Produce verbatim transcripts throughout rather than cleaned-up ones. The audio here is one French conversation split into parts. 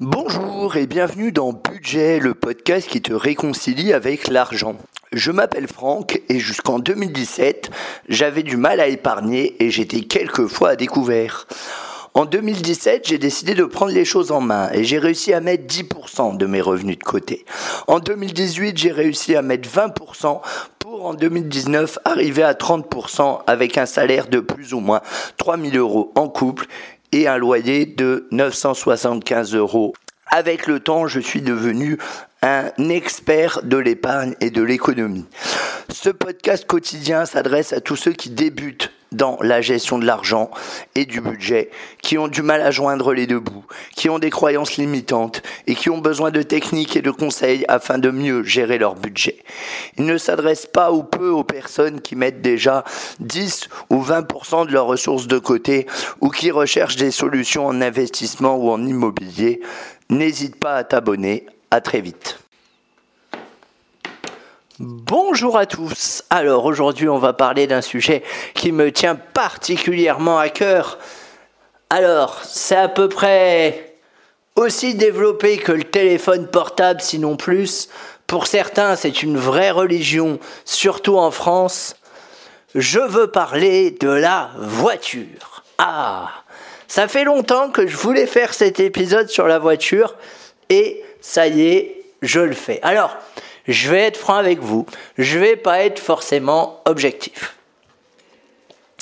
Bonjour et bienvenue dans Budget, le podcast qui te réconcilie avec l'argent. Je m'appelle Franck et jusqu'en deux mille dix-sept, j'avais du mal à épargner et j'étais quelquefois à découvert. En deux mille dix-sept, j'ai décidé de prendre les choses en main et j'ai réussi à mettre dix pour cent de mes revenus de côté. En deux mille dix-huit, j'ai réussi à mettre vingt pour cent pour en deux mille dix-neuf arriver à trente pour cent avec un salaire de plus ou moins trois mille euros en couple et un loyer de neuf cent soixante-quinze euros. Avec le temps, je suis devenu un expert de l'épargne et de l'économie. Ce podcast quotidien s'adresse à tous ceux qui débutent dans la gestion de l'argent et du budget, qui ont du mal à joindre les deux bouts, qui ont des croyances limitantes et qui ont besoin de techniques et de conseils afin de mieux gérer leur budget. Il ne s'adresse pas ou peu aux personnes qui mettent déjà dix ou vingt pour cent de leurs ressources de côté ou qui recherchent des solutions en investissement ou en immobilier. N'hésite pas à t'abonner. À très vite. Bonjour à tous. Alors aujourd'hui, on va parler d'un sujet qui me tient particulièrement à cœur. Alors, c'est à peu près aussi développé que le téléphone portable, sinon plus. Pour certains, c'est une vraie religion, surtout en France. Je veux parler de la voiture. Ah, ça fait longtemps que je voulais faire cet épisode sur la voiture et ça y est, je le fais. Alors, je vais être franc avec vous, je vais pas être forcément objectif. Pourquoi ?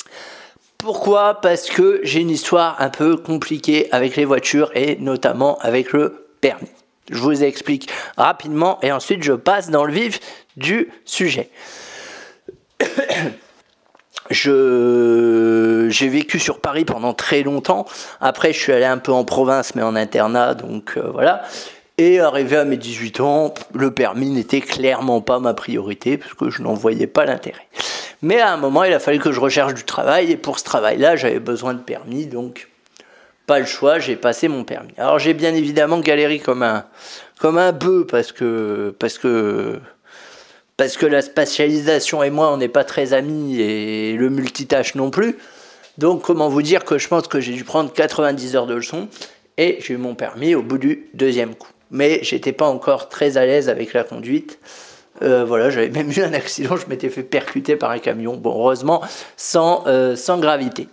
Parce que j'ai une histoire un peu compliquée avec les voitures et notamment avec le permis. Je vous explique rapidement et ensuite je passe dans le vif du sujet. Je, j'ai vécu sur Paris pendant très longtemps. Après, je suis allé un peu en province, mais en internat, donc euh, voilà. Et arrivé à mes dix-huit ans, le permis n'était clairement pas ma priorité, parce que je n'en voyais pas l'intérêt. Mais à un moment, il a fallu que je recherche du travail, et pour ce travail-là, j'avais besoin de permis, donc pas le choix, j'ai passé mon permis. Alors j'ai bien évidemment galéré comme un, comme un bœuf, parce que... Parce que Parce que la spatialisation et moi, on n'est pas très amis et le multitâche non plus. Donc, comment vous dire que je pense que j'ai dû prendre quatre-vingt-dix heures de leçon et j'ai eu mon permis au bout du deuxième coup. Mais j'étais pas encore très à l'aise avec la conduite. Euh, voilà, j'avais même eu un accident, je m'étais fait percuter par un camion. Bon, heureusement, sans, euh, sans gravité.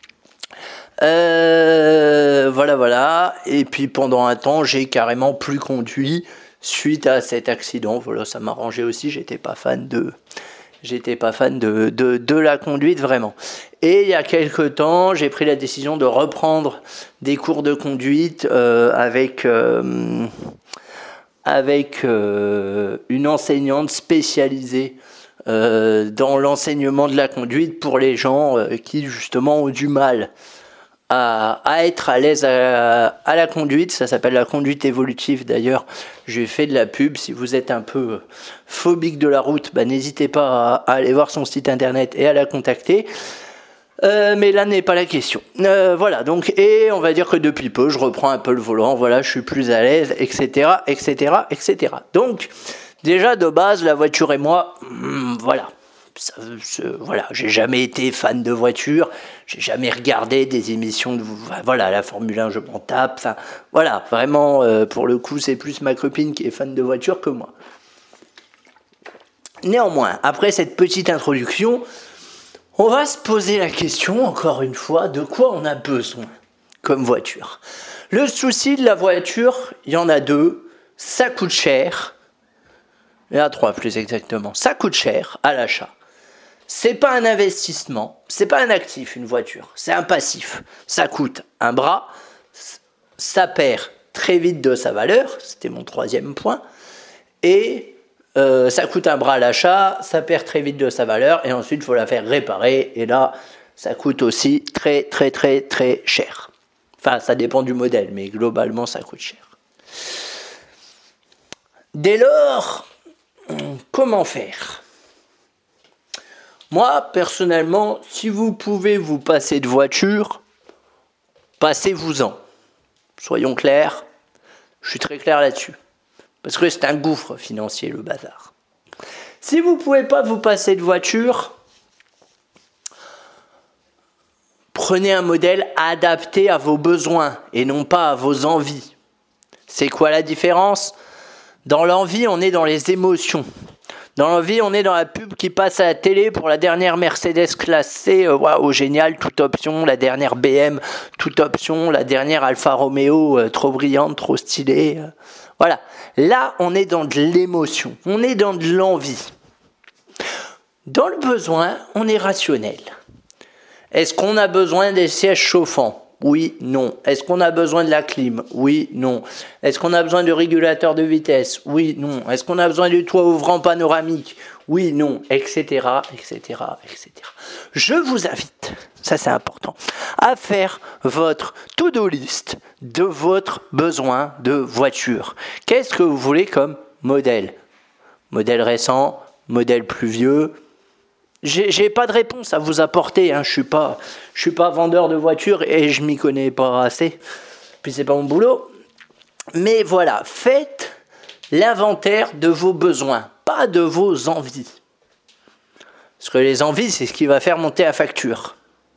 Euh, voilà, voilà. Et puis, pendant un temps, j'ai carrément plus conduit. Suite à cet accident, voilà, ça m'arrangeait aussi, j'étais pas fan de, j'étais pas fan de, de, de la conduite vraiment. Et il y a quelques temps, j'ai pris la décision de reprendre des cours de conduite euh, avec, euh, avec euh, une enseignante spécialisée euh, dans l'enseignement de la conduite pour les gens euh, qui justement ont du mal À, à être à l'aise à, à la conduite. Ça s'appelle la conduite évolutive d'ailleurs. J'ai fait de la pub. Si vous êtes un peu phobique de la route, bah, n'hésitez pas à, à aller voir son site internet et à la contacter. Euh, mais là n'est pas la question. Euh, voilà, donc, et on va dire que depuis peu, je reprends un peu le volant. Voilà, je suis plus à l'aise, et cetera, et cetera, et cetera. Donc, déjà de base, la voiture et moi, hmm, voilà. Ça, ça, voilà, j'ai jamais été fan de voiture, j'ai jamais regardé des émissions de, voilà, la Formule un, je m'en tape, enfin, voilà, vraiment, euh, pour le coup, c'est plus ma copine qui est fan de voiture que moi. Néanmoins, après cette petite introduction, on va se poser la question, encore une fois, de quoi on a besoin comme voiture. Le souci de la voiture, il y en a deux, ça coûte cher, il y en a trois plus exactement, ça coûte cher à l'achat. C'est pas un investissement, c'est pas un actif une voiture, c'est un passif. Ça coûte un bras, ça perd très vite de sa valeur, c'était mon troisième point, et euh, ça coûte un bras à l'achat, ça perd très vite de sa valeur, et ensuite il faut la faire réparer, et là ça coûte aussi très très très très cher. Enfin ça dépend du modèle, mais globalement ça coûte cher. Dès lors, comment faire ? Moi, personnellement, si vous pouvez vous passer de voiture, passez-vous-en. Soyons clairs, je suis très clair là-dessus. Parce que c'est un gouffre financier, le bazar. Si vous ne pouvez pas vous passer de voiture, prenez un modèle adapté à vos besoins et non pas à vos envies. C'est quoi la différence? Dans l'envie, on est dans les émotions. Dans l'envie, on est dans la pub qui passe à la télé pour la dernière Mercedes classe C. Euh, waouh, génial, toute option. La dernière B M, toute option. La dernière Alfa Romeo, euh, trop brillante, trop stylée. Euh, voilà. Là, on est dans de l'émotion. On est dans de l'envie. Dans le besoin, on est rationnel. Est-ce qu'on a besoin des sièges chauffants? Oui, non. Est-ce qu'on a besoin de la clim? Oui, non. Est-ce qu'on a besoin de régulateur de vitesse? Oui, non. Est-ce qu'on a besoin du toit ouvrant panoramique? Oui, non, et cetera, et cetera, et cetera. Je vous invite, ça c'est important, à faire votre to-do list de votre besoin de voiture. Qu'est-ce que vous voulez comme modèle? Modèle récent, modèle plus vieux? J'ai, j'ai pas de réponse à vous apporter, hein. Je suis pas, je suis pas vendeur de voitures et je m'y connais pas assez. Puis c'est pas mon boulot. Mais voilà, faites l'inventaire de vos besoins, pas de vos envies. Parce que les envies, c'est ce qui va faire monter la facture.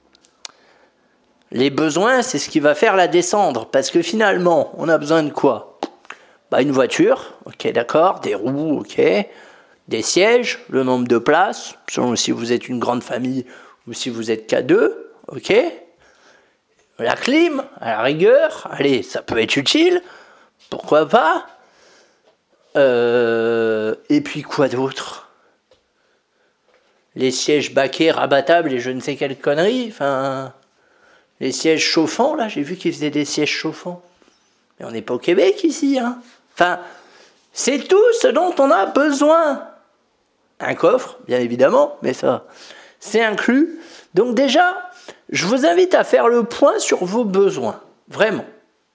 Les besoins, c'est ce qui va faire la descendre. Parce que finalement, on a besoin de quoi? Bah, une voiture, ok, d'accord, des roues, ok. Des sièges, le nombre de places, selon si vous êtes une grande famille ou si vous êtes qu'à deux, ok. La clim, à la rigueur, allez, ça peut être utile, pourquoi pas. Euh, et puis quoi d'autre? Les sièges baquets, rabattables et je ne sais quelle connerie, enfin, les sièges chauffants, là, j'ai vu qu'ils faisaient des sièges chauffants. Mais on n'est pas au Québec ici, hein. Enfin, c'est tout ce dont on a besoin. Un coffre, bien évidemment, mais ça, c'est inclus. Donc déjà, je vous invite à faire le point sur vos besoins, vraiment.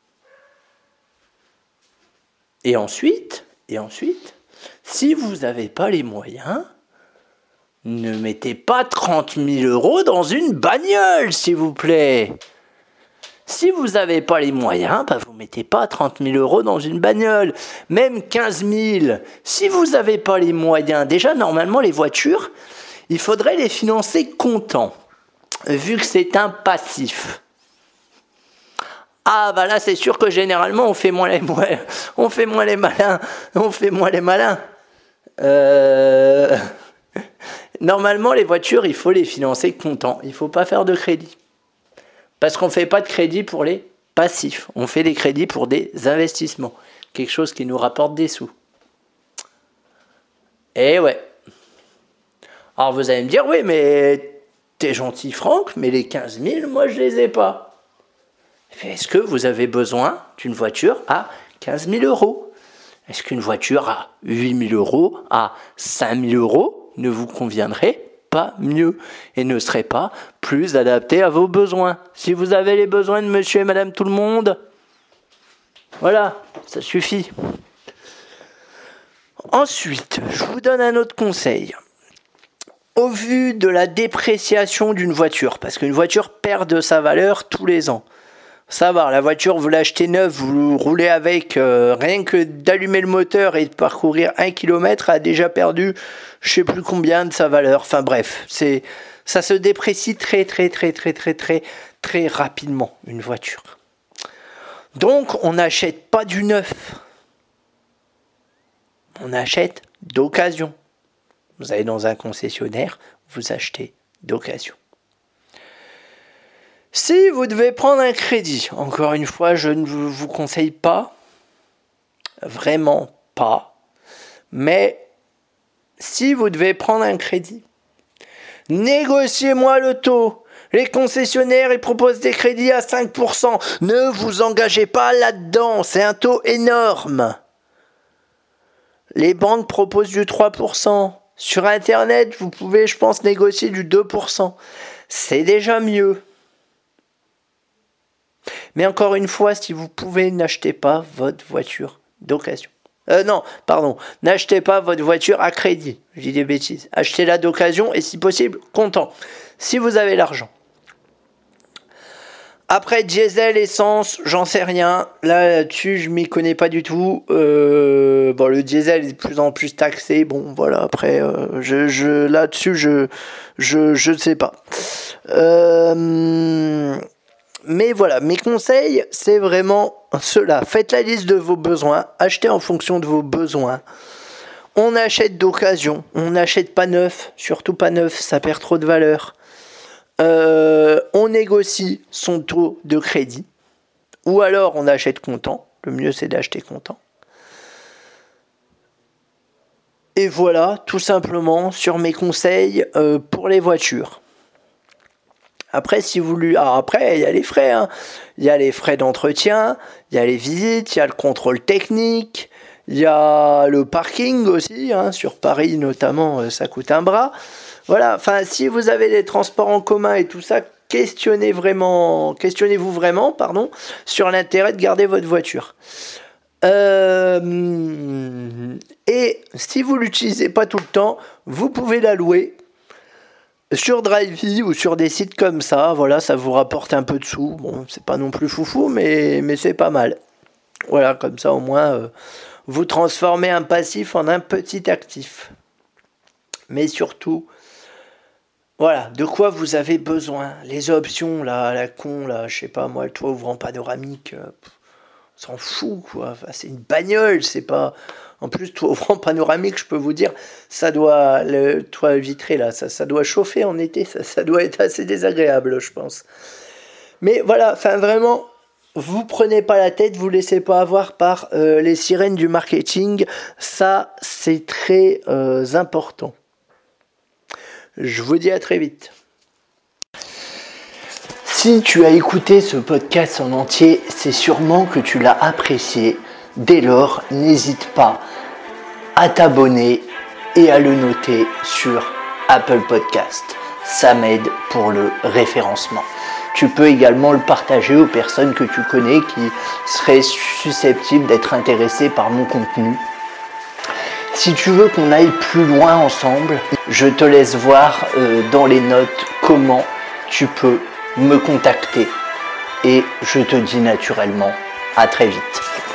Et ensuite, et ensuite, si vous n'avez pas les moyens, ne mettez pas trente mille euros dans une bagnole, s'il vous plaît. Si vous n'avez pas les moyens, bah vous ne mettez pas trente mille euros dans une bagnole. Même quinze mille. Si vous n'avez pas les moyens, déjà, normalement, les voitures, il faudrait les financer comptant, vu que c'est un passif. Ah, bah là, c'est sûr que généralement, on fait moins les, on fait moins les malins. On fait moins les malins. Euh... Normalement, les voitures, il faut les financer comptant. Il ne faut pas faire de crédit. Parce qu'on ne fait pas de crédit pour les passifs. On fait des crédits pour des investissements. Quelque chose qui nous rapporte des sous. Et ouais. Alors vous allez me dire, oui, mais t'es gentil Franck, mais les quinze mille, moi je les ai pas. Est-ce que vous avez besoin d'une voiture à quinze mille euros? Est-ce qu'une voiture à huit mille euros, à cinq mille euros ne vous conviendrait pas mieux et ne serait pas plus adapté à vos besoins? Si vous avez les besoins de monsieur et madame tout le monde, voilà, ça suffit. Ensuite, je vous donne un autre conseil. Au vu de la dépréciation d'une voiture, parce qu'une voiture perd de sa valeur tous les ans. Savoir, la voiture, vous l'achetez neuve, vous roulez avec, euh, rien que d'allumer le moteur et de parcourir un kilomètre, a déjà perdu je sais plus combien de sa valeur. Enfin bref, c'est, ça se déprécie très très très très très très très rapidement, une voiture. Donc on n'achète pas du neuf, on achète d'occasion. Vous allez dans un concessionnaire, vous achetez d'occasion. Si vous devez prendre un crédit, encore une fois, je ne vous conseille pas, vraiment pas, mais si vous devez prendre un crédit, négociez-moi le taux. Les concessionnaires, ils proposent des crédits à cinq pour cent. Ne vous engagez pas là-dedans, c'est un taux énorme. Les banques proposent du trois pour cent. Sur Internet, vous pouvez, je pense, négocier du deux pour cent. C'est déjà mieux. Mais encore une fois, si vous pouvez, n'achetez pas votre voiture d'occasion. Euh, non, pardon, n'achetez pas votre voiture à crédit. Je dis des bêtises. Achetez-la d'occasion et si possible, comptant. Si vous avez l'argent. Après, diesel, essence, j'en sais rien. Là, là-dessus, je m'y connais pas du tout. Euh, bon, le diesel est de plus en plus taxé. Bon, voilà, après, euh, je, je, là-dessus, je, je, je ne sais pas. Euh, mais voilà, mes conseils, c'est vraiment cela. Faites la liste de vos besoins, achetez en fonction de vos besoins. On achète d'occasion, on n'achète pas neuf, surtout pas neuf, ça perd trop de valeur. Euh, on négocie son taux de crédit, ou alors on achète comptant. Le mieux, c'est d'acheter comptant. Et voilà, tout simplement, sur mes conseils euh, pour les voitures. Après, si vous lui... ah, après, il y a les frais. Hein. Il y a les frais d'entretien, il y a les visites, il y a le contrôle technique, il y a le parking aussi. Hein. Sur Paris, notamment, euh, ça coûte un bras. Voilà, enfin, si vous avez des transports en commun et tout ça, questionnez vraiment, questionnez-vous vraiment, pardon, sur l'intérêt de garder votre voiture. Euh, et si vous l'utilisez pas tout le temps, vous pouvez la louer sur Drivey ou sur des sites comme ça. Voilà, ça vous rapporte un peu de sous. Bon, c'est pas non plus foufou, mais, mais c'est pas mal. Voilà, comme ça au moins euh, vous transformez un passif en un petit actif. Mais surtout, voilà, de quoi vous avez besoin. Les options, là, la con, là, je sais pas moi, le toit ouvrant panoramique, euh, on s'en fout, quoi. Enfin, c'est une bagnole, c'est pas... En plus, toit ouvrant panoramique, je peux vous dire, ça doit... Le toit vitré, là, ça, ça doit chauffer en été, ça, ça doit être assez désagréable, je pense. Mais voilà, enfin, vraiment, vous prenez pas la tête, vous laissez pas avoir par euh, les sirènes du marketing. Ça, c'est très euh, important. Je vous dis à très vite. Si tu as écouté ce podcast en entier, c'est sûrement que tu l'as apprécié. Dès lors, n'hésite pas à t'abonner et à le noter sur Apple Podcast. Ça m'aide pour le référencement. Tu peux également le partager aux personnes que tu connais qui seraient susceptibles d'être intéressées par mon contenu. Si tu veux qu'on aille plus loin ensemble, je te laisse voir euh, dans les notes comment tu peux me contacter. Et je te dis naturellement à très vite.